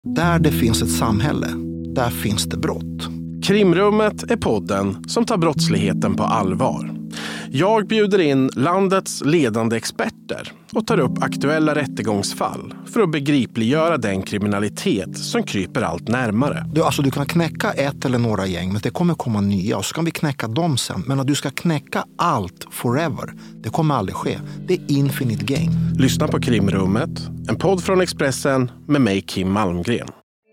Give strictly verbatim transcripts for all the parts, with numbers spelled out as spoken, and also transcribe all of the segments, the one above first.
Där det finns ett samhälle, där finns det brott. Krimrummet är podden som tar brottsligheten på allvar. Jag bjuder in landets ledande experter och tar upp aktuella rättegångsfall för att begripliggöra den kriminalitet som kryper allt närmare. Du, alltså, du kan knäcka ett eller några gäng, men det kommer komma nya och så kan vi knäcka dem sen. Men att du ska knäcka allt forever, det kommer aldrig ske. Det är infinite gain. Lyssna på Krimrummet, en podd från Expressen med mig, Kim Malmgren.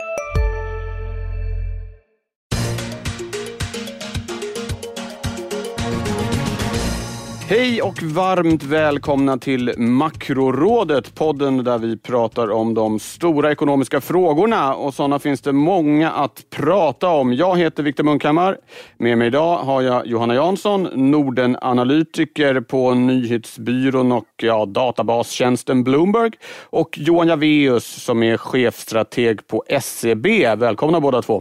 Hej och varmt välkomna till Makrorådet, podden där vi pratar om de stora ekonomiska frågorna, och sådana finns det många att prata om. Jag heter Viktor Munkhammar. Med mig idag har jag Johanna Jansson, Nordenanalytiker på nyhetsbyrån och ja, databastjänsten Bloomberg, och Johan Javeus som är chefstrateg på S E B. Välkomna båda två.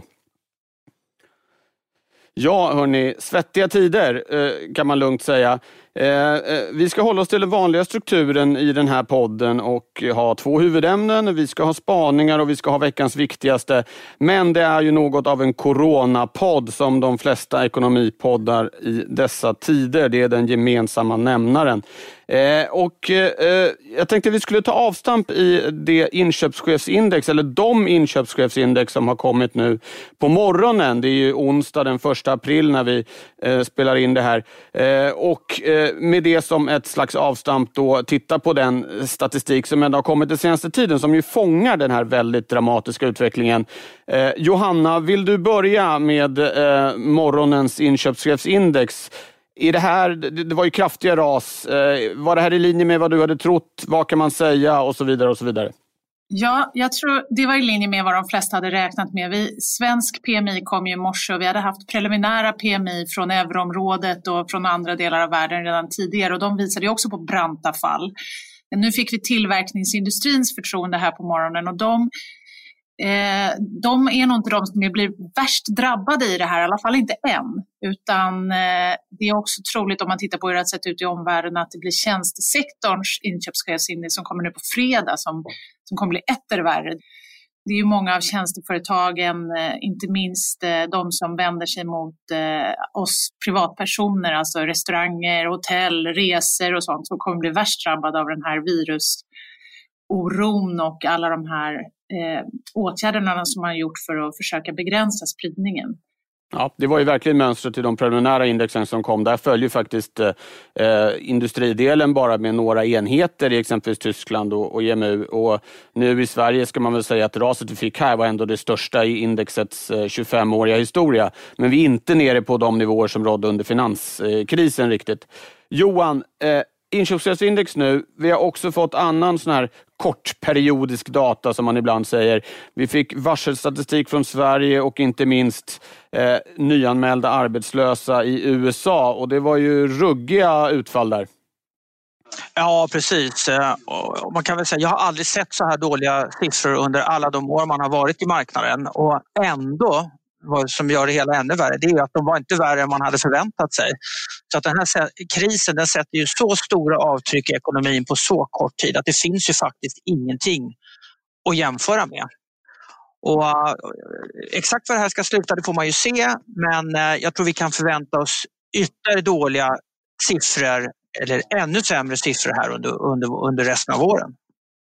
Ja, hörni, svettiga tider kan man lugnt säga. Eh, vi ska hålla oss till den vanliga strukturen i den här podden och ha två huvudämnen. Vi ska ha spaningar och vi ska ha veckans viktigaste. Men det är ju något av en coronapodd som de flesta ekonomipoddar i dessa tider. Det är den gemensamma nämnaren. Eh, och eh, jag tänkte att vi skulle ta avstamp i det inköpschefsindex, eller de inköpschefsindex som har kommit nu på morgonen. Det är ju onsdag den första april när vi eh, spelar in det här. Eh, och eh, med det som ett slags avstamp då titta på den statistik som ändå har kommit den senaste tiden, som ju fångar den här väldigt dramatiska utvecklingen. Eh, Johanna, vill du börja med eh, morgonens inköpschefsindex? I det här, det var ju kraftiga ras. Var det här i linje med vad du hade trott? Vad kan man säga? Och så vidare och så vidare. Ja, jag tror det var i linje med vad de flesta hade räknat med. Vi, svensk P M I kom ju i morse och vi hade haft preliminära P M I från euroområdet och från andra delar av världen redan tidigare. Och de visade ju också på branta fall. Men nu fick vi tillverkningsindustrins förtroende här på morgonen, och de... Eh, de är nog inte de som blir värst drabbade i det här, i alla fall inte än, utan eh, det är också troligt, om man tittar på hur det har sett ut i omvärlden, att det blir tjänstesektorns inköpschefsindex som kommer nu på fredag som, som kommer bli etter värre. Det är ju många av tjänsteföretagen, eh, inte minst eh, de som vänder sig mot eh, oss privatpersoner, alltså restauranger, hotell, resor och sånt, som kommer bli värst drabbade av den här virusoron och alla de här Eh, åtgärderna som man har gjort för att försöka begränsa spridningen. Ja, det var ju verkligen mönstret till de preliminära indexen som kom. Där följer faktiskt eh, industridelen bara med några enheter i exempelvis Tyskland och, och E M U. Och nu i Sverige ska man väl säga att raset vi fick här var ändå det största i indexets eh, tjugofemåriga historia. Men vi är inte nere på de nivåer som rådde under finanskrisen riktigt. Johan, eh, inköpschefsindex nu. Vi har också fått annan sån här kortperiodisk data som man ibland säger. Vi fick varselstatistik från Sverige och inte minst eh, nyanmälda arbetslösa i U S A, och det var ju ruggiga utfall där. Ja, precis. Och man kan väl säga, jag har aldrig sett så här dåliga siffror under alla de år man har varit i marknaden, och ändå, vad som gör det hela ännu värre, det är att de var inte värre än man hade förväntat sig. Så att den här krisen, den sätter ju så stora avtryck i ekonomin på så kort tid att det finns ju faktiskt ingenting att jämföra med. Och uh, exakt vad det här ska sluta, det får man ju se, men uh, jag tror vi kan förvänta oss ytterligare dåliga siffror eller ännu sämre siffror här under, under, under resten av åren.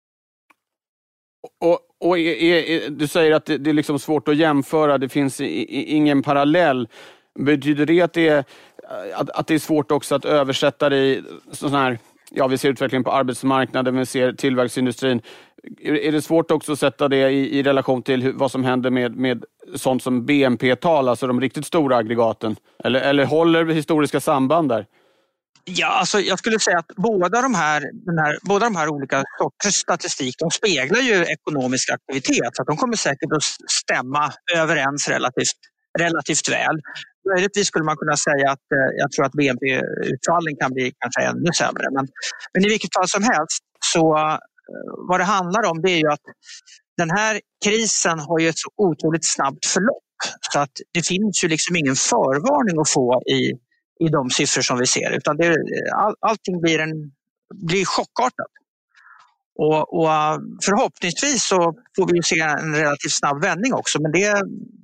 Och, och är, är, du säger att det, det är liksom svårt att jämföra, det finns i, i, ingen parallell. Betyder det att det, är, att, att det är svårt också att översätta det i sån här, ja, vi ser utvecklingen på arbetsmarknaden, vi ser tillverkningsindustrin. Är, är det svårt också att sätta det i, i relation till hur, vad som händer med, med sånt som B N P-tal, alltså de riktigt stora aggregaten? Eller, eller håller historiska samband där? Ja, alltså jag skulle säga att båda de här, den här, båda de här olika sorters statistik, de speglar ju ekonomisk aktivitet, så att de kommer säkert att stämma överens relativt, relativt väl. Möjligtvis skulle man kunna säga att eh, jag tror att B N P-utfallen kan bli kanske ännu sämre. Men, men i vilket fall som helst, så eh, vad det handlar om, det är ju att den här krisen har ju ett så otroligt snabbt förlopp, så att det finns ju liksom ingen förvarning att få i i de siffror som vi ser, utan det, all, allting blir, en, blir chockartat. Och, och förhoppningsvis så får vi se en relativt snabb vändning också, men det,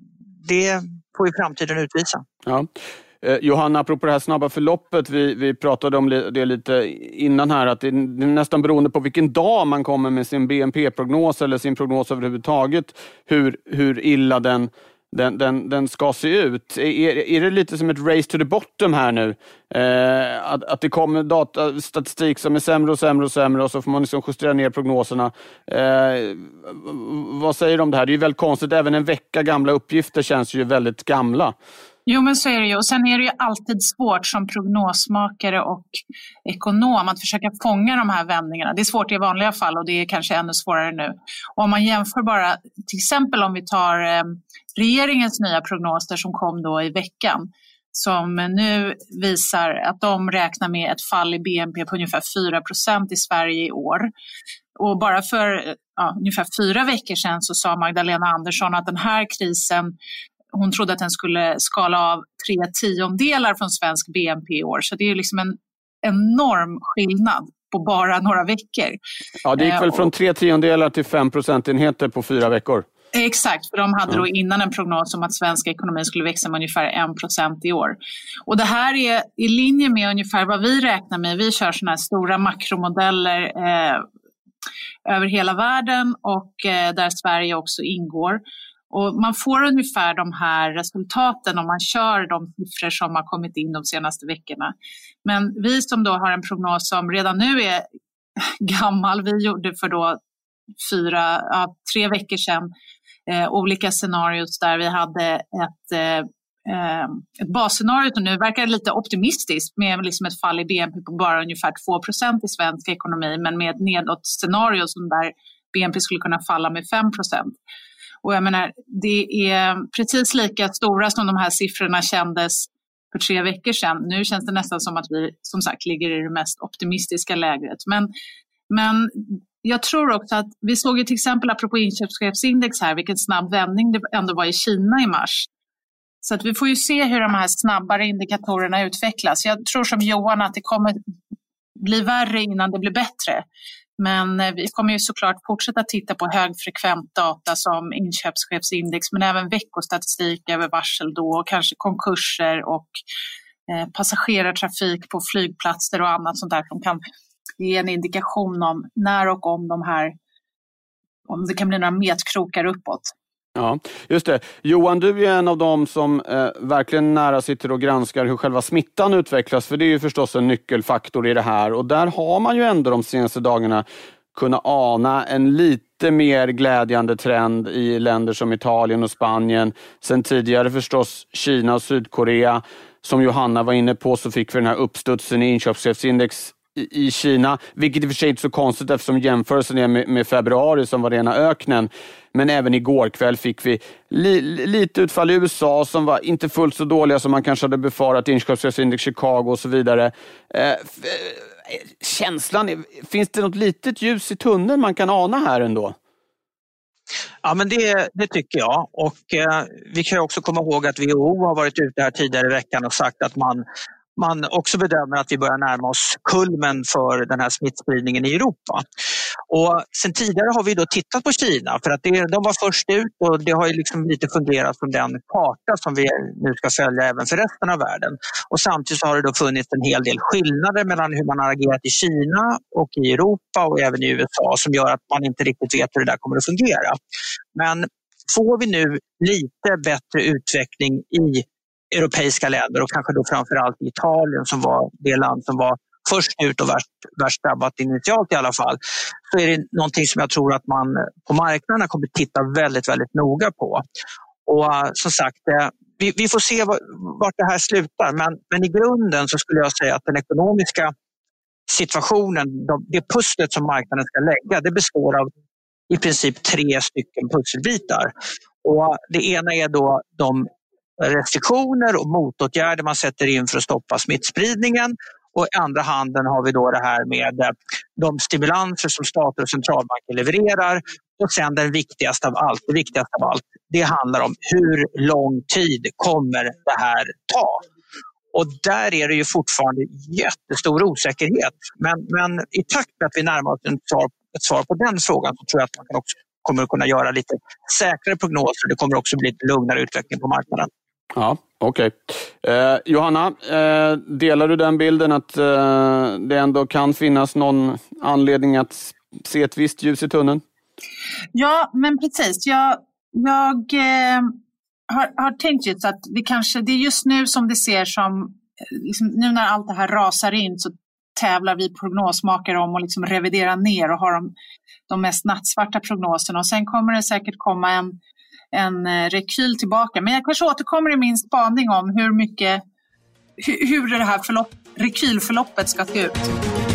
det får ju framtiden utvisa. Ja. Eh, Johanna, apropå det här snabba förloppet, vi, vi pratade om det lite innan här, att det är nästan beroende på vilken dag man kommer med sin B N P-prognos eller sin prognos överhuvudtaget, hur, hur illa den Den, den, den ska se ut. Är, är det lite som ett race to the bottom här nu? Eh, att, att det kommer data, statistik som är sämre och sämre och sämre och så får man liksom justera ner prognoserna. Eh, vad säger du om det här? Det är ju väldigt konstigt. Även en vecka gamla uppgifter känns ju väldigt gamla. Jo, men så är det ju. Och sen är det ju alltid svårt som prognosmakare och ekonom att försöka fånga de här vändningarna. Det är svårt i vanliga fall och det är kanske ännu svårare nu. Och om man jämför bara, till exempel om vi tar eh, regeringens nya prognoser som kom då i veckan, som nu visar att de räknar med ett fall i B N P på ungefär fyra procent i Sverige i år. Och bara för ja, ungefär fyra veckor sedan så sa Magdalena Andersson att den här krisen, hon trodde att den skulle skala av tre tiondelar från svensk B N P i år. Så det är ju liksom en enorm skillnad på bara några veckor. Ja, det gick väl från tre tiondelar till fem procentenheter på fyra veckor. Exakt, för de hade då innan en prognos om att svenska ekonomin skulle växa med ungefär en procent i år. Och det här är i linje med ungefär vad vi räknar med. Vi kör såna här stora makromodeller eh, över hela världen och eh, där Sverige också ingår. Och man får ungefär de här resultaten om man kör de siffror som har kommit in de senaste veckorna. Men vi som då har en prognos som redan nu är gammal, vi gjorde för då fyra, ja, tre veckor sedan eh, olika scenarios där vi hade ett, eh, ett basscenario och nu verkar det lite optimistiskt med liksom ett fall i B N P på bara ungefär två procent i svensk ekonomi, men med ett nedåt-scenario som där B N P skulle kunna falla med fem procent. Och jag menar, det är precis lika stora som de här siffrorna kändes för tre veckor sedan. Nu känns det nästan som att vi som sagt ligger i det mest optimistiska lägret. Men, men jag tror också att vi såg ju till exempel apropå inköpschefsindex här vilken snabb vändning det ändå var i Kina i mars. Så att vi får ju se hur de här snabbare indikatorerna utvecklas. Jag tror som Johan att det kommer bli värre innan det blir bättre. Men vi kommer ju såklart fortsätta titta på högfrekvent data som inköpschefsindex men även veckostatistik över varsel då och kanske konkurser och eh, passagerartrafik på flygplatser och annat sånt där som kan ge en indikation om när och om de här, om det kan bli några metkrokar uppåt. Ja, just det. Johan, du är en av dem som eh, verkligen nära sitter och granskar hur själva smittan utvecklas, för det är ju förstås en nyckelfaktor i det här. Och där har man ju ändå de senaste dagarna kunnat ana en lite mer glädjande trend i länder som Italien och Spanien. Sen tidigare förstås Kina och Sydkorea. Som Johanna var inne på så fick vi den här uppstudsen i inköpschefsindex i Kina, vilket i och för sig inte är så konstigt eftersom jämförelsen är med, med februari som var rena öknen. Men även igår kväll fick vi li, lite utfall i U S A som var inte fullt så dåliga som man kanske hade befarat, inköpschefsindex Chicago och så vidare. Eh, känslan, är, finns det något litet ljus i tunneln man kan ana här ändå? Ja, men det, det tycker jag. Och eh, vi kan ju också komma ihåg att W H O har varit ute här tidigare i veckan och sagt att man Man också bedömer att vi börjar närma oss kulmen för den här smittspridningen i Europa. Och sen tidigare har vi då tittat på Kina för att det, de var först ut och det har ju liksom lite fungerat som den karta som vi nu ska följa även för resten av världen. Och samtidigt så har det då funnits en hel del skillnader mellan hur man har agerat i Kina och i Europa och även i U S A som gör att man inte riktigt vet hur det där kommer att fungera. Men får vi nu lite bättre utveckling i europeiska länder och kanske då framförallt Italien som var det land som var först ut och värst, värst drabbat initialt i alla fall, så är det någonting som jag tror att man på marknaderna kommer titta väldigt, väldigt noga på. Och uh, som sagt, uh, vi, vi får se vart det här slutar, men, men i grunden så skulle jag säga att den ekonomiska situationen, de, det pusslet som marknaden ska lägga, det består av i princip tre stycken pusselbitar. Och det ena är då de restriktioner och motåtgärder man sätter in för att stoppa smittspridningen. Och i andra handen har vi då det här med de stimulanser som stater och centralbanker levererar. Och sen den viktigaste av allt, det viktigaste av allt, det handlar om hur lång tid kommer det här ta. Och där är det ju fortfarande jättestor osäkerhet. Men, men i takt med att vi närmar oss en, ett svar på den frågan så tror jag att man kan också kommer att kunna göra lite säkrare prognoser. Det kommer också bli lite lugnare utveckling på marknaden. Ja, okej. Okay. Eh, Johanna, eh, delar du den bilden att eh, det ändå kan finnas någon anledning att se ett visst ljus i tunneln? Ja, men precis. Jag, jag eh, har, har tänkt just att vi kanske, det är just nu som det ser som, liksom, nu när allt det här rasar in så tävlar vi prognosmakare om att liksom revidera ner och ha de, de mest nattsvarta prognoserna. Och sen kommer det säkert komma en, en rekyl tillbaka. Men jag kanske återkommer i min spaning om hur mycket, hur, hur det här förlopp, rekylförloppet ska se ut.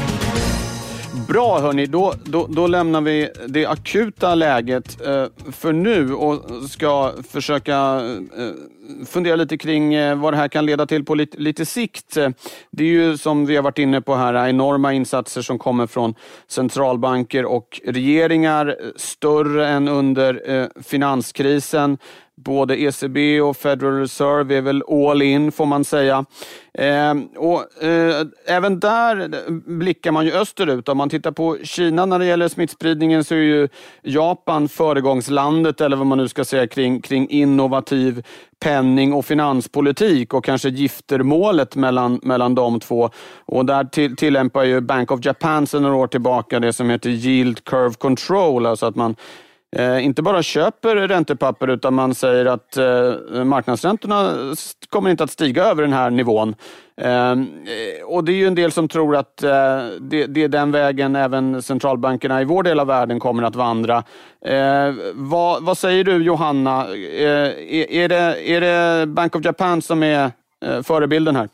Bra hörni, då, då, då lämnar vi det akuta läget eh, för nu och ska försöka eh, fundera lite kring eh, vad det här kan leda till på lite, lite sikt. Det är ju som vi har varit inne på här enorma insatser som kommer från centralbanker och regeringar, större än under eh, finanskrisen. Både E C B och Federal Reserve är väl all in får man säga. Eh, och eh, även där blickar man ju österut. Om man tittar på Kina när det gäller smittspridningen så är ju Japan föregångslandet eller vad man nu ska säga kring, kring innovativ penning- och finanspolitik och kanske giftermålet mellan, mellan de två. Och där till, tillämpar ju Bank of Japan sedan några år tillbaka det som heter yield curve control, alltså att man Eh, inte bara köper räntepapper utan man säger att eh, marknadsräntorna kommer inte att stiga över den här nivån. Eh, och det är ju en del som tror att eh, det, det är den vägen även centralbankerna i vår del av världen kommer att vandra. Eh, vad, vad säger du Johanna? Eh, är, är, det, är det Bank of Japan som är eh, förebilden här?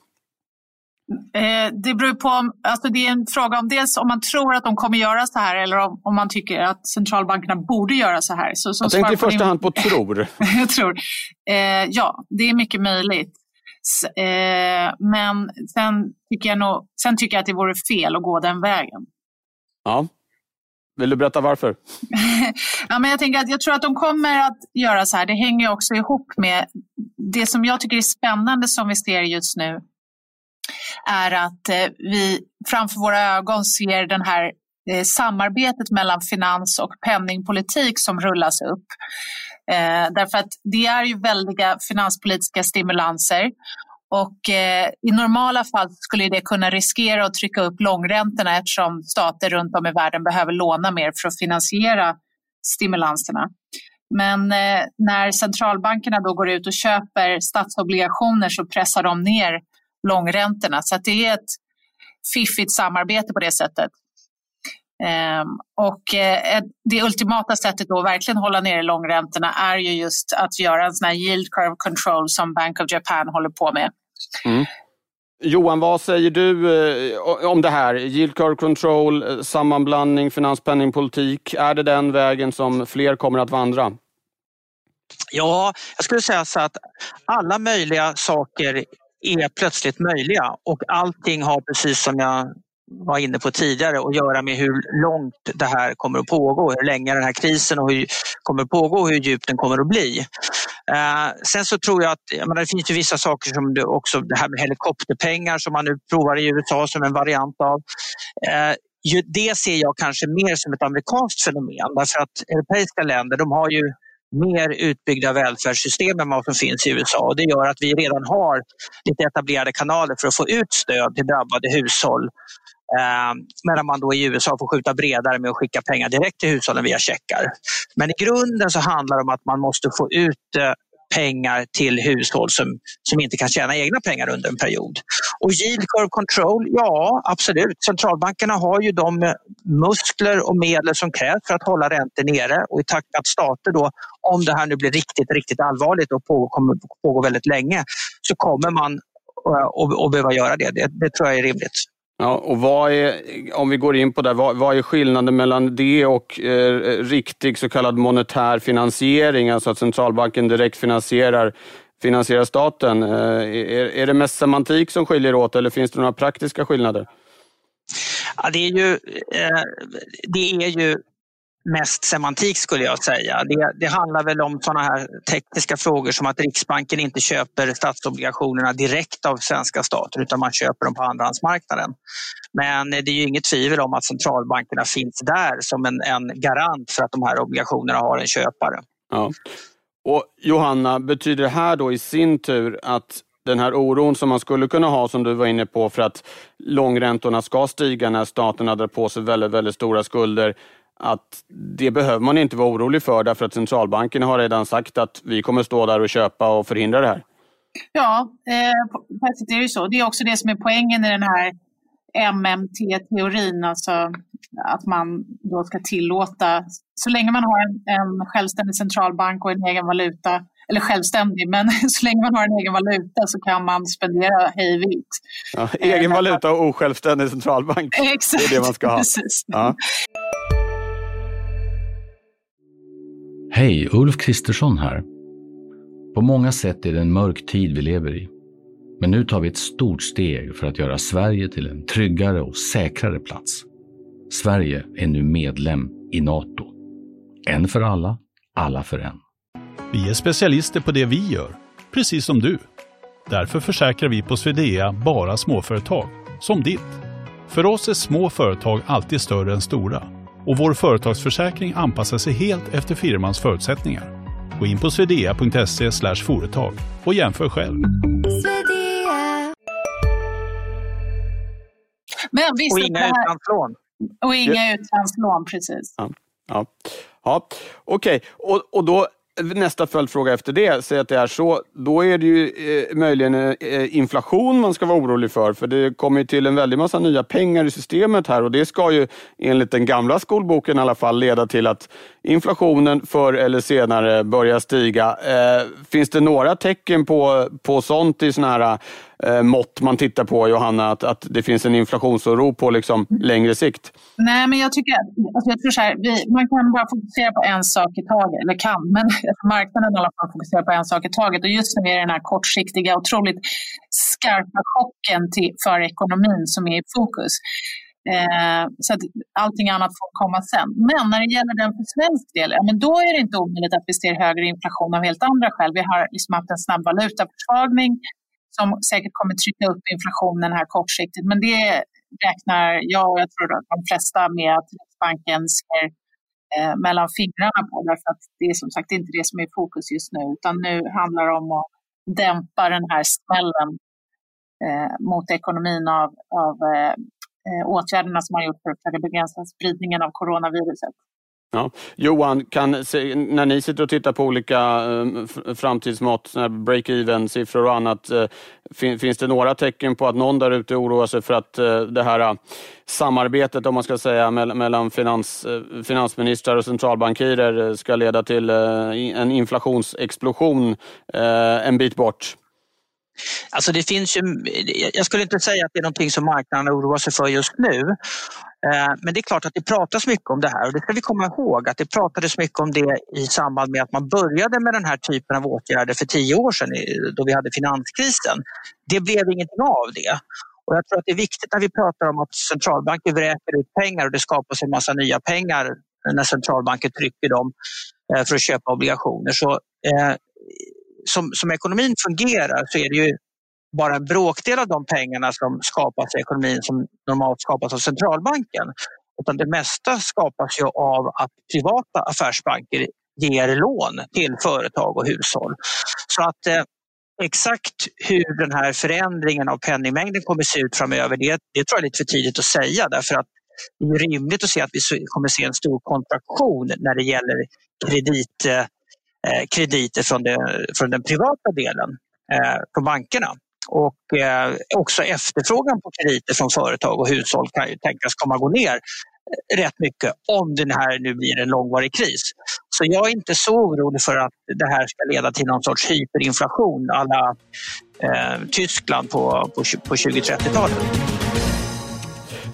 Eh, det beror på om, alltså det är en fråga om dels om man tror att de kommer göra så här eller om, om man tycker att centralbankerna borde göra så här. Så, jag tänkte i första hand på tror. jag tror. Eh, ja, det är mycket möjligt. S, eh, men sen tycker, jag nog, sen tycker jag att det vore fel att gå den vägen. Ja. Vill du berätta varför? ja, men jag tänker att jag tror att de kommer att göra så här. Det hänger också ihop med det som jag tycker är spännande som vi ser just nu. Är att eh, vi framför våra ögon ser den här eh, samarbetet mellan finans- och penningpolitik som rullas upp. Eh, därför att det är ju väldiga finanspolitiska stimulanser och eh, i normala fall skulle det kunna riskera att trycka upp långräntorna eftersom stater runt om i världen behöver låna mer för att finansiera stimulanserna. Men eh, när centralbankerna då går ut och köper statsobligationer så pressar de ner långräntorna. Så att det är ett fiffigt samarbete på det sättet. Ehm, och eh, det ultimata sättet då att verkligen hålla ner långräntorna är ju just att göra en sån här yield curve control som Bank of Japan håller på med. Mm. Johan, vad säger du eh, om det här? Yield curve control, sammanblandning, finanspenningpolitik. Är det den vägen som fler kommer att vandra? Ja, jag skulle säga så att alla möjliga saker är plötsligt möjliga och allting har precis som jag var inne på tidigare att göra med hur långt det här kommer att pågå, hur länge den här krisen och hur, kommer att pågå och hur djup den kommer att bli. Eh, sen så tror jag att jag menar, det finns ju vissa saker som det också det här med helikopterpengar som man nu provar i U S A som en variant av. Eh, det ser jag kanske mer som ett amerikanskt fenomen därför att europeiska länder de har ju mer utbyggda välfärdssystem än vad som finns i U S A och det gör att vi redan har lite etablerade kanaler för att få ut stöd till drabbade hushåll eh, medan man då i U S A får skjuta bredare med att skicka pengar direkt till hushållen via checkar. Men i grunden så handlar det om att man måste få ut eh, pengar till hushåll som, som inte kan tjäna egna pengar under en period. Och yield curve control, ja absolut. Centralbankerna har ju de muskler och medel som krävs för att hålla räntor nere och i takt med att stater då, om det här nu blir riktigt, riktigt allvarligt och på, kommer pågå väldigt länge så kommer man att, att behöva göra det. det. Det tror jag är rimligt. Ja, och vad är, om vi går in på det, vad, vad är skillnaden mellan det och eh, riktig så kallad monetär finansiering, alltså att centralbanken direkt finansierar, finansierar staten? Eh, är, är det mest semantik som skiljer åt eller finns det några praktiska skillnader? Ja, det är ju, eh, det är ju mest semantik skulle jag säga. Det, det handlar väl om sådana här tekniska frågor som att Riksbanken inte köper statsobligationerna direkt av svenska stater utan man köper dem på andrahandsmarknaden. Men det är ju inget tvivel om att centralbankerna finns där som en, en garant för att de här obligationerna har en köpare. Ja. Och Johanna, betyder det här då i sin tur att den här oron som man skulle kunna ha, som du var inne på, för att långräntorna ska stiga när staterna drar på sig väldigt, väldigt stora skulder, att det behöver man inte vara orolig för därför att centralbanken har redan sagt att vi kommer stå där och köpa och förhindra det här? Ja, eh, det är ju så. Det är också det som är poängen i den här M M T-teorin, alltså att man då ska tillåta, så länge man har en, en självständig centralbank och en egen valuta, eller självständig, men så länge man har en egen valuta så kan man spendera hej vilt. Ja, egen eh, valuta och osjälvständig centralbank. Exakt. Det är det man ska ha. Precis. Ja. Hej, Ulf Kristersson här. På många sätt är det en mörk tid vi lever i. Men nu tar vi ett stort steg för att göra Sverige till en tryggare och säkrare plats. Sverige är nu medlem i NATO. En för alla, alla för en. Vi är specialister på det vi gör, precis som du. Därför försäkrar vi på Swedea bara småföretag, som ditt. För oss är små företag alltid större än stora. Och vår företagsförsäkring anpassar sig helt efter firmans förutsättningar. Gå in på swedea punkt se slash företag och jämför själv. Men visst, och inga utlandslån. Och inga utlandslån, precis. Ja, ja. ja. Okej. Okay. Och, och då nästa följdfråga efter det, säger att det är så, då är det ju eh, möjligen eh, inflation man ska vara orolig för, för det kommer ju till en väldig massa nya pengar i systemet här och det ska ju enligt den gamla skolboken i alla fall leda till att inflationen förr eller senare börjar stiga. Eh, finns det några tecken på, på sånt i såna här eh, mått man tittar på, Johanna, att, att det finns en inflationsoro på liksom längre sikt? Nej, men jag tycker alltså jag tror så här, vi, man kan bara fokusera på en sak i taget, eller kan, men marknaden i alla fall fokuserar på en sak i taget och just nu är det den här kortsiktiga, otroligt skarpa chocken till, för ekonomin som är i fokus. Eh, så att allting annat får komma sen. Men när det gäller den för svensk del, ja, men då är det inte omöjligt att vi ser högre inflation av helt andra skäl. Vi har liksom haft en snabb valutaförsvagning som säkert kommer trycka upp inflationen här kortsiktigt. Men det räknar jag och jag tror att de flesta med att Riksbanken ser eh, mellan fingrarna på. Därför att det är som sagt inte det som är i fokus just nu. Utan nu handlar det om att dämpa den här smällen eh, mot ekonomin av, av eh, åtgärderna som man gjort för att försöka begränsa spridningen av coronaviruset. Ja. Johan, kan, när ni sitter och tittar på olika eh, framtidsmått, break-even-siffror och annat, eh, fin, finns det några tecken på att någon där ute oroar sig för att eh, det här eh, samarbetet, om man ska säga, me- mellan finans, eh, finansministrar och centralbankirer ska leda till eh, en inflationsexplosion eh, en bit bort? Alltså det finns ju, jag skulle inte säga att det är någonting som marknaden oroar sig för just nu. Men det är klart att det pratas mycket om det här och det ska vi komma ihåg att det pratades mycket om det i samband med att man började med den här typen av åtgärder för tio år sedan då vi hade finanskrisen. Det blev ingenting av det. Och jag tror att det är viktigt när vi pratar om att centralbanker vräker ut pengar och det skapas en massa nya pengar när centralbanker trycker dem för att köpa obligationer. Så eh, Som, som ekonomin fungerar så är det ju bara en bråkdel av de pengarna som skapas i ekonomin som normalt skapas av centralbanken. Utan det mesta skapas ju av att privata affärsbanker ger lån till företag och hushåll. Så att eh, exakt hur den här förändringen av penningmängden kommer se ut framöver, det, det tror jag är lite för tidigt att säga. Därför att det är rimligt att se att vi kommer se en stor kontraktion när det gäller kredit krediter från, det, från den privata delen eh, från bankerna. Och eh, också efterfrågan på krediter från företag och hushåll kan ju tänkas komma gå ner rätt mycket om den här nu blir en långvarig kris. Så jag är inte så orolig för att det här ska leda till någon sorts hyperinflation alla eh, Tyskland på, på, på tjugo-trettiotalet.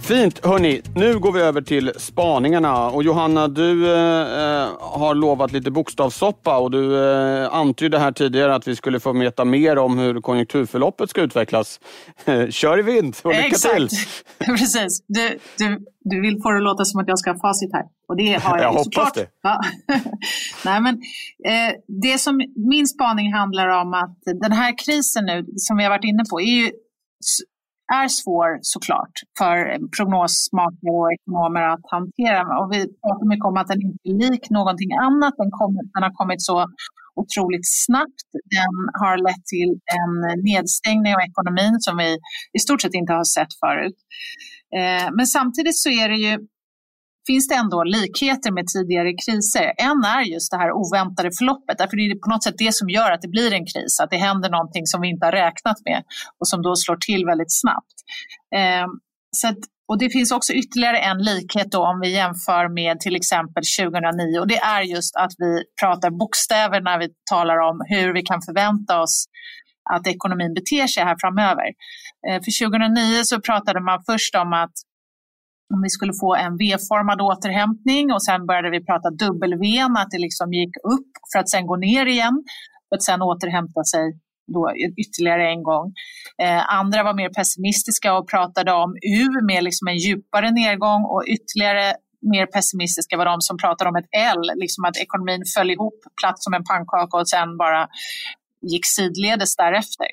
Fint, hörni. Nu går vi över till spaningarna. Och Johanna, du eh, har lovat lite bokstavssoppa och du eh, antydde här tidigare att vi skulle få veta mer om hur konjunkturförloppet ska utvecklas. Kör i vind och lycka Exakt. till! Precis. Du, du, du vill få det att låta som att jag ska ha facit här. Och det har jag, jag hoppas såklart. det. Ja. Nej, men, eh, det som min spaning handlar om att den här krisen nu, som vi har varit inne på, är ju är svår såklart för prognosmakare och ekonomer att hantera. Och vi pratar mycket om att den inte är lik någonting annat. Den, kom, den har kommit så otroligt snabbt. Den har lett till en nedstängning av ekonomin som vi i stort sett inte har sett förut. Eh, men samtidigt så är det ju, finns det ändå likheter med tidigare kriser. En är just det här oväntade förloppet. Därför är det på något sätt det som gör att det blir en kris. Att det händer någonting som vi inte har räknat med och som då slår till väldigt snabbt. Eh, så att, och det finns också ytterligare en likhet då om vi jämför med till exempel tjugohundranio. Och det är just att vi pratar bokstäver när vi talar om hur vi kan förvänta oss att ekonomin beter sig här framöver. Eh, för tjugohundranio så pratade man först om att om vi skulle få en V-formad återhämtning och sen började vi prata W, att det liksom gick upp för att sen gå ner igen för att sen återhämta sig då ytterligare en gång. Eh, andra var mer pessimistiska och pratade om U med liksom en djupare nedgång och ytterligare mer pessimistiska var de som pratade om ett L, liksom att ekonomin föll ihop platt som en pannkaka och sen bara gick sidledes därefter.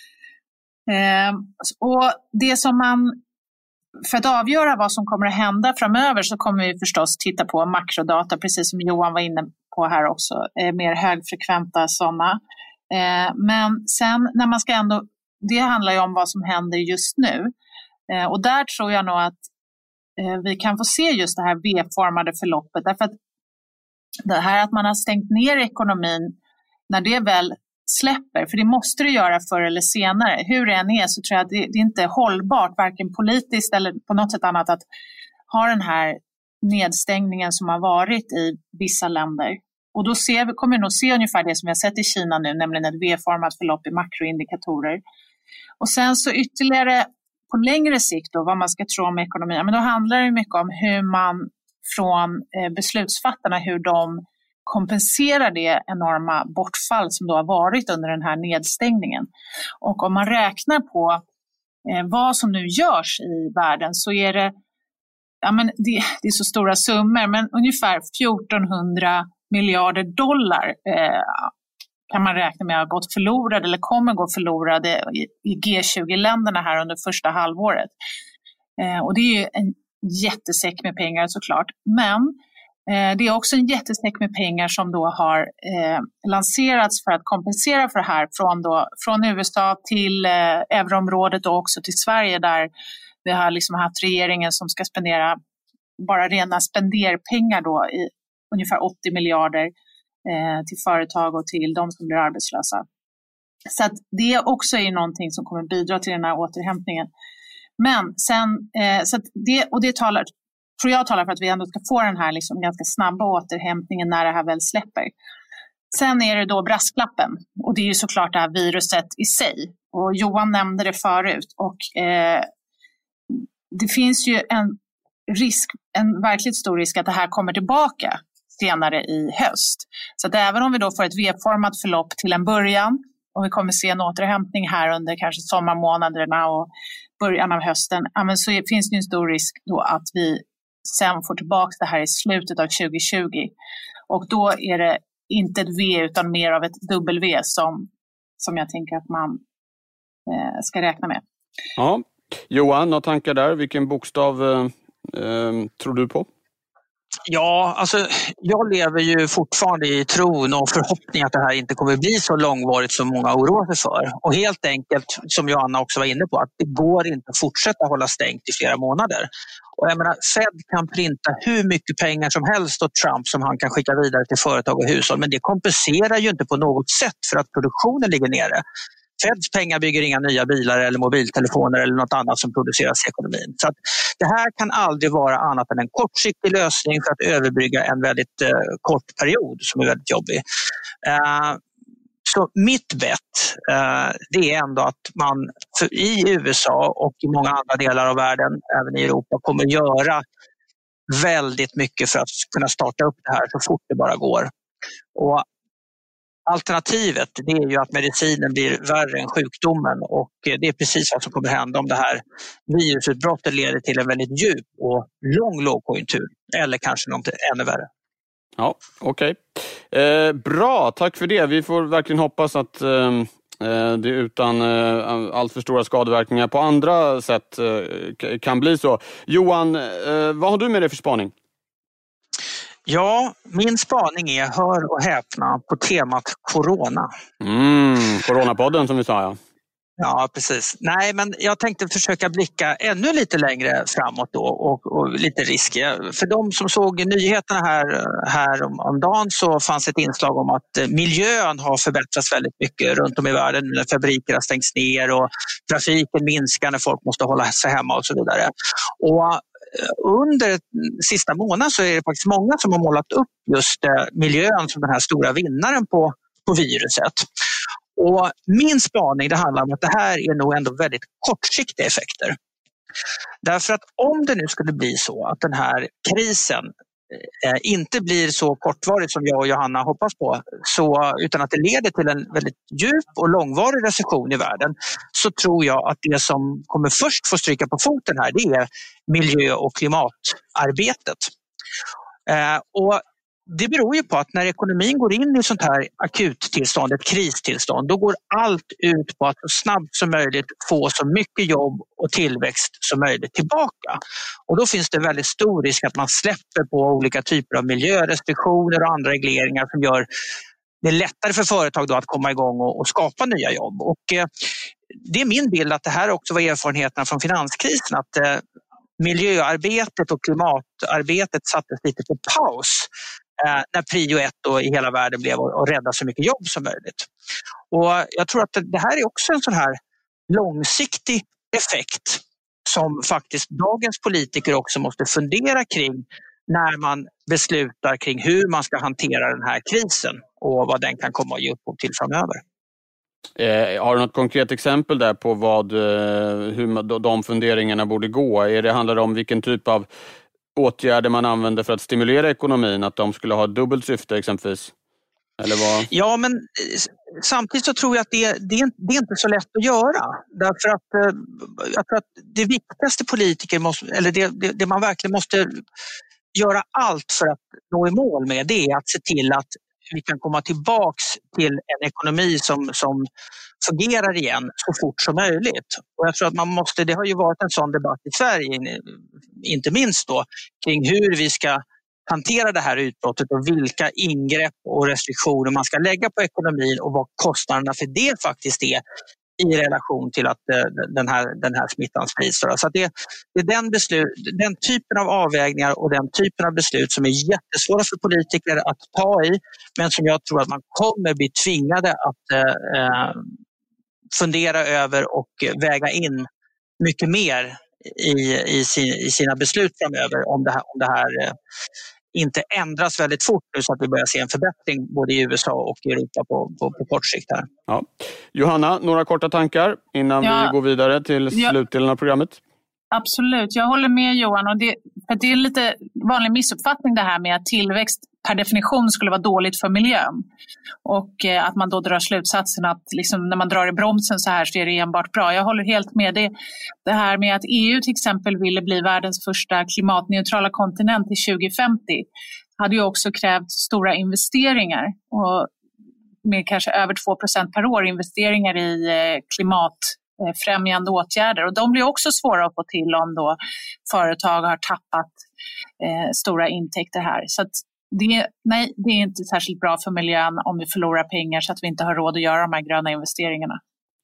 Eh, och det som man För att avgöra vad som kommer att hända framöver så kommer vi förstås titta på makrodata, precis som Johan var inne på här också, eh, mer högfrekventa sådana. Eh, men sen när man ska ändå, det handlar ju om vad som händer just nu. Eh, och där tror jag nog att eh, vi kan få se just det här V-formade förloppet. Därför att det här att man har stängt ner ekonomin, när det väl släpper, för det måste det göra förr eller senare. Hur det än är så tror jag att det, det är inte hållbart, varken politiskt eller på något sätt annat, att ha den här nedstängningen som har varit i vissa länder. Och då ser vi, kommer vi nog se ungefär det som vi har sett i Kina nu, nämligen ett V-format förlopp i makroindikatorer. Och sen så ytterligare på längre sikt då, vad man ska tro om ekonomin, men då handlar det mycket om hur man från eh, beslutsfattarna, hur de kompenserar det enorma bortfall som då har varit under den här nedstängningen. Och om man räknar på eh, vad som nu görs i världen så är det, ja men det, det är så stora summor, men ungefär fjortonhundra miljarder dollar eh, kan man räkna med har gått förlorade eller kommer gå förlorade i, i G tjugo-länderna här under första halvåret. Eh, och det är ju en jättesäck med pengar såklart, men det är också en jättesäck med pengar som då har eh, lanserats för att kompensera för det här från, då, från U S A till eh, euroområdet och också till Sverige, där vi har liksom haft regeringen som ska spendera bara rena spenderpengar då i ungefär åttio miljarder eh, till företag och till de som blir arbetslösa. Så att det också är någonting som kommer bidra till den här återhämtningen. Men sen, eh, så att det, och det talar tror jag talar för att vi ändå ska få den här liksom ganska snabba återhämtningen när det här väl släpper. Sen är det då brasklappen, och det är ju såklart det här viruset i sig. Och Johan nämnde det förut, och eh, det finns ju en risk, en verkligt stor risk att det här kommer tillbaka senare i höst. Så att även om vi då får ett V-format förlopp till en början och vi kommer se en återhämtning här under kanske sommarmånaderna och början av hösten, ja, men så finns det en stor risk då att vi sen får tillbaka det här i slutet av tjugo tjugo. Och då är det inte ett V utan mer av ett W som, som jag tänker att man eh, ska räkna med. Ja. Johan, några tankar där? Vilken bokstav eh, eh, tror du på? Ja, alltså jag lever ju fortfarande i tron och förhoppning att det här inte kommer bli så långvarigt som många oroar sig för. Och helt enkelt, som Johanna också var inne på, att det går inte att fortsätta hålla stängt i flera månader. Och jag menar, Fed kan printa hur mycket pengar som helst åt Trump som han kan skicka vidare till företag och hushåll, men det kompenserar ju inte på något sätt för att produktionen ligger nere. Feds pengar bygger inga nya bilar eller mobiltelefoner eller något annat som produceras i ekonomin. Så att det här kan aldrig vara annat än en kortsiktig lösning för att överbrygga en väldigt eh, kort period som är väldigt jobbig. Eh, Så mitt bett eh, det är ändå att man för, i U S A och i många andra delar av världen, även i Europa, kommer göra väldigt mycket för att kunna starta upp det här så fort det bara går. Och alternativet det är ju att medicinen blir värre än sjukdomen, och det är precis vad som kommer hända om det här virusutbrottet leder till en väldigt djup och lång lågkonjunktur, eller kanske något ännu värre. Ja, okej. Okay. Eh, bra, tack för det. Vi får verkligen hoppas att eh, det utan eh, allt för stora skadeverkningar på andra sätt eh, kan bli så. Johan, eh, vad har du med dig för spaning? Ja, min spaning är, hör och häpna, på temat corona. Mm, coronapodden som vi sa, ja. Ja, precis. Nej, men jag tänkte försöka blicka ännu lite längre framåt då och, och lite riskiga. För de som såg nyheterna här, här om, om dagen så fanns ett inslag om att miljön har förbättrats väldigt mycket runt om i världen när fabriker har stängts ner och trafiken minskar när folk måste hålla sig hemma och så vidare. Och under sista månaden så är det faktiskt många som har målat upp just miljön som den här stora vinnaren på, på viruset. Och min spaning det handlar om att det här är nog ändå väldigt kortsiktiga effekter. Därför att om det nu skulle bli så att den här krisen eh, inte blir så kortvarig som jag och Johanna hoppas på, så, utan att det leder till en väldigt djup och långvarig recession i världen, så tror jag att det som kommer först få stryka på foten här, det är miljö- och klimatarbetet. Eh, och Det beror ju på att när ekonomin går in i sånt här akuttillstånd, ett kristillstånd, då går allt ut på att så snabbt som möjligt få så mycket jobb och tillväxt som möjligt tillbaka. Och då finns det väldigt stor risk att man släpper på olika typer av miljörestriktioner och andra regleringar som gör det lättare för företag då att komma igång och, och skapa nya jobb. Och eh, det är min bild att det här också var erfarenheterna från finanskrisen, att eh, miljöarbetet och klimatarbetet sattes lite på paus eh, när prio ett då i hela världen blev att, att rädda så mycket jobb som möjligt. Och jag tror att det, det här är också en sån här långsiktig effekt som faktiskt dagens politiker också måste fundera kring när man beslutar kring hur man ska hantera den här krisen och vad den kan komma att ge upphov till framöver. Eh, har du något konkret exempel där på vad, eh, hur de funderingarna borde gå? Är det, handlar det om vilken typ av åtgärder man använder för att stimulera ekonomin? Att de skulle ha dubbelt syfte exempelvis? Eller vad? Ja, men samtidigt så tror jag att det, det, är, det är inte så lätt att göra. Därför att eh, jag tror att det viktigaste politiker måste, eller det, det, det man verkligen måste göra allt för att nå i mål med, det är att se till att vi kan komma tillbaks till en ekonomi som, som fungerar igen så fort som möjligt. Och jag tror att man måste, det har ju varit en sån debatt i Sverige, inte minst då, kring hur vi ska hantera det här utbrottet och vilka ingrepp och restriktioner man ska lägga på ekonomin och vad kostnaderna för det faktiskt är i relation till att den här, den här smittan sprids. Så att det, det är den, beslut, den typen av avvägningar och den typen av beslut som är jättesvåra för politiker att ta i, men som jag tror att man kommer bli tvingade att eh, fundera över och väga in mycket mer i, i, sin, i sina beslut framöver om det här, om det här eh, inte ändras väldigt fort nu så att vi börjar se en förbättring både i U S A och i Europa på, på, på kort sikt här. Ja. Johanna, några korta tankar innan ja. vi går vidare till ja. slutdelen av programmet? Absolut, jag håller med Johan. Och det, för det är lite vanlig missuppfattning det här med att tillväxt per definition skulle vara dåligt för miljön. Och eh, att man då drar slutsatsen att liksom, när man drar i bromsen så här så är det enbart bra. Jag håller helt med det. Det här med att E U till exempel ville bli världens första klimatneutrala kontinent till tjugo femtio hade ju också krävt stora investeringar. Och med kanske över två procent per år investeringar i eh, klimatfrämjande åtgärder. Och de blir också svåra att få till om då företag har tappat eh, stora intäkter här. Så att det, nej, det är inte särskilt bra för miljön om vi förlorar pengar så att vi inte har råd att göra de här gröna investeringarna.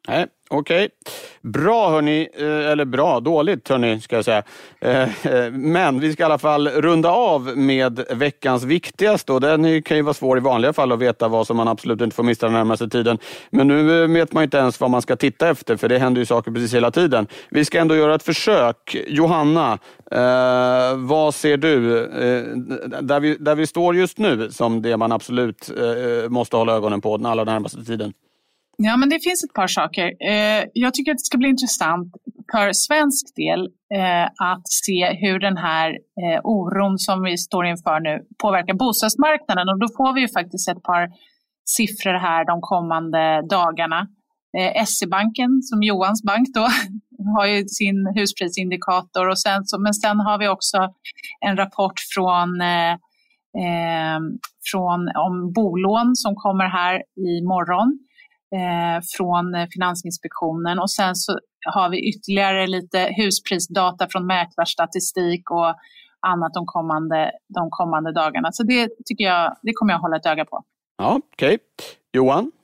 Nej, okej. Okay. Bra hörni, eller bra, dåligt hörni ska jag säga. Men vi ska i alla fall runda av med veckans viktigaste och den kan ju vara svår i vanliga fall att veta vad som man absolut inte får missa den närmaste tiden. Men nu vet man inte ens vad man ska titta efter för det händer ju saker precis hela tiden. Vi ska ändå göra ett försök. Johanna, eh, vad ser du eh, där, vi, där vi står just nu som det man absolut eh, måste hålla ögonen på den allra närmaste tiden? Ja, men det finns ett par saker. Eh, jag tycker att det ska bli intressant för svensk del eh, att se hur den här eh, oron som vi står inför nu påverkar bostadsmarknaden. Och då får vi ju faktiskt ett par siffror här de kommande dagarna. Eh, S E-banken, som Johans bank då, har ju sin husprisindikator. Och sen, så, men sen har vi också en rapport från... Eh, eh, från om bolån som kommer här i morgon. Eh, från Finansinspektionen och sen så har vi ytterligare lite husprisdata från mäklarstatistik och annat de kommande, de kommande dagarna. Så det tycker jag, det kommer jag hålla ett öga på. Ja, okej. Okay. Johan?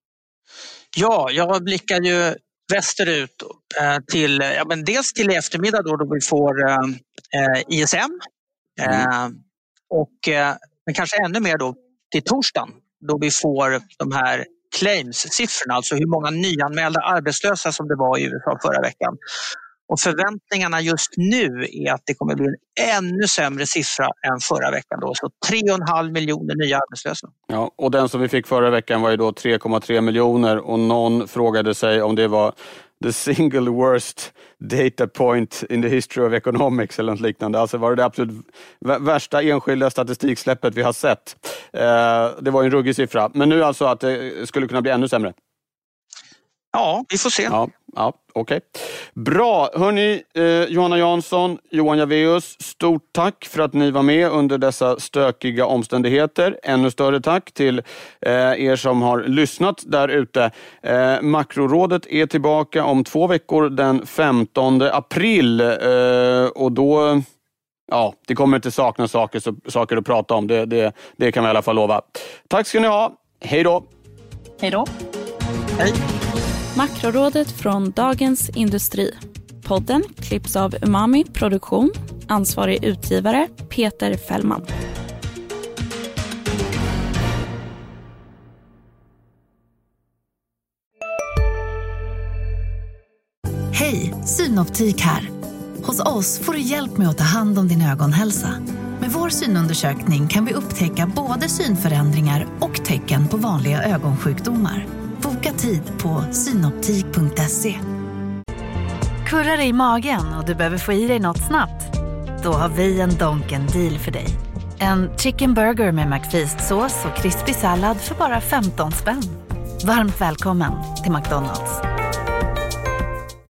Ja, jag blickar ju västerut eh, till, ja, men dels till i eftermiddag då, då vi får eh, I S M eh, mm. och eh, men kanske ännu mer då till torsdagen då vi får de här claims-siffrorna, alltså hur många nyanmälda arbetslösa som det var i U S A förra veckan. Och förväntningarna just nu är att det kommer bli en ännu sämre siffra än förra veckan då, så tre komma fem miljoner nya arbetslösa. Ja, och den som vi fick förra veckan var ju då tre komma tre miljoner och någon frågade sig om det var the single worst data point in the history of economics eller något liknande. Alltså var det det absolut värsta enskilda statistiksläppet vi har sett. Eh, det var en ruggig siffra. Men nu alltså att det skulle kunna bli ännu sämre. Ja, vi får se. Ja, ja okej. Okay. Bra. Hörni, eh, Johanna Jansson, Johan Javeus, stort tack för att ni var med under dessa stökiga omständigheter. Ännu större tack till eh, er som har lyssnat där ute. Eh, Makrorådet är tillbaka om två veckor den femtonde april eh, och då... Ja, det kommer inte sakna saker, så, saker att prata om. Det, det, det kan vi i alla fall lova. Tack ska ni ha. Hej då. Hej då. Hej. Makrorådet från Dagens Industri. Podden klipps av Umami Produktion. Ansvarig utgivare Peter Fällman. Hej, Synoptik här. Hos oss får du hjälp med att ta hand om din ögonhälsa. Med vår synundersökning kan vi upptäcka både synförändringar och tecken på vanliga ögonsjukdomar. Boka tid på synoptik punkt se. Kurrar i magen och du behöver få i dig något snabbt? Då har vi en Donken deal för dig. En chicken burger med McFeast-sås och krispig sallad för bara femton spänn. Varmt välkommen till McDonald's.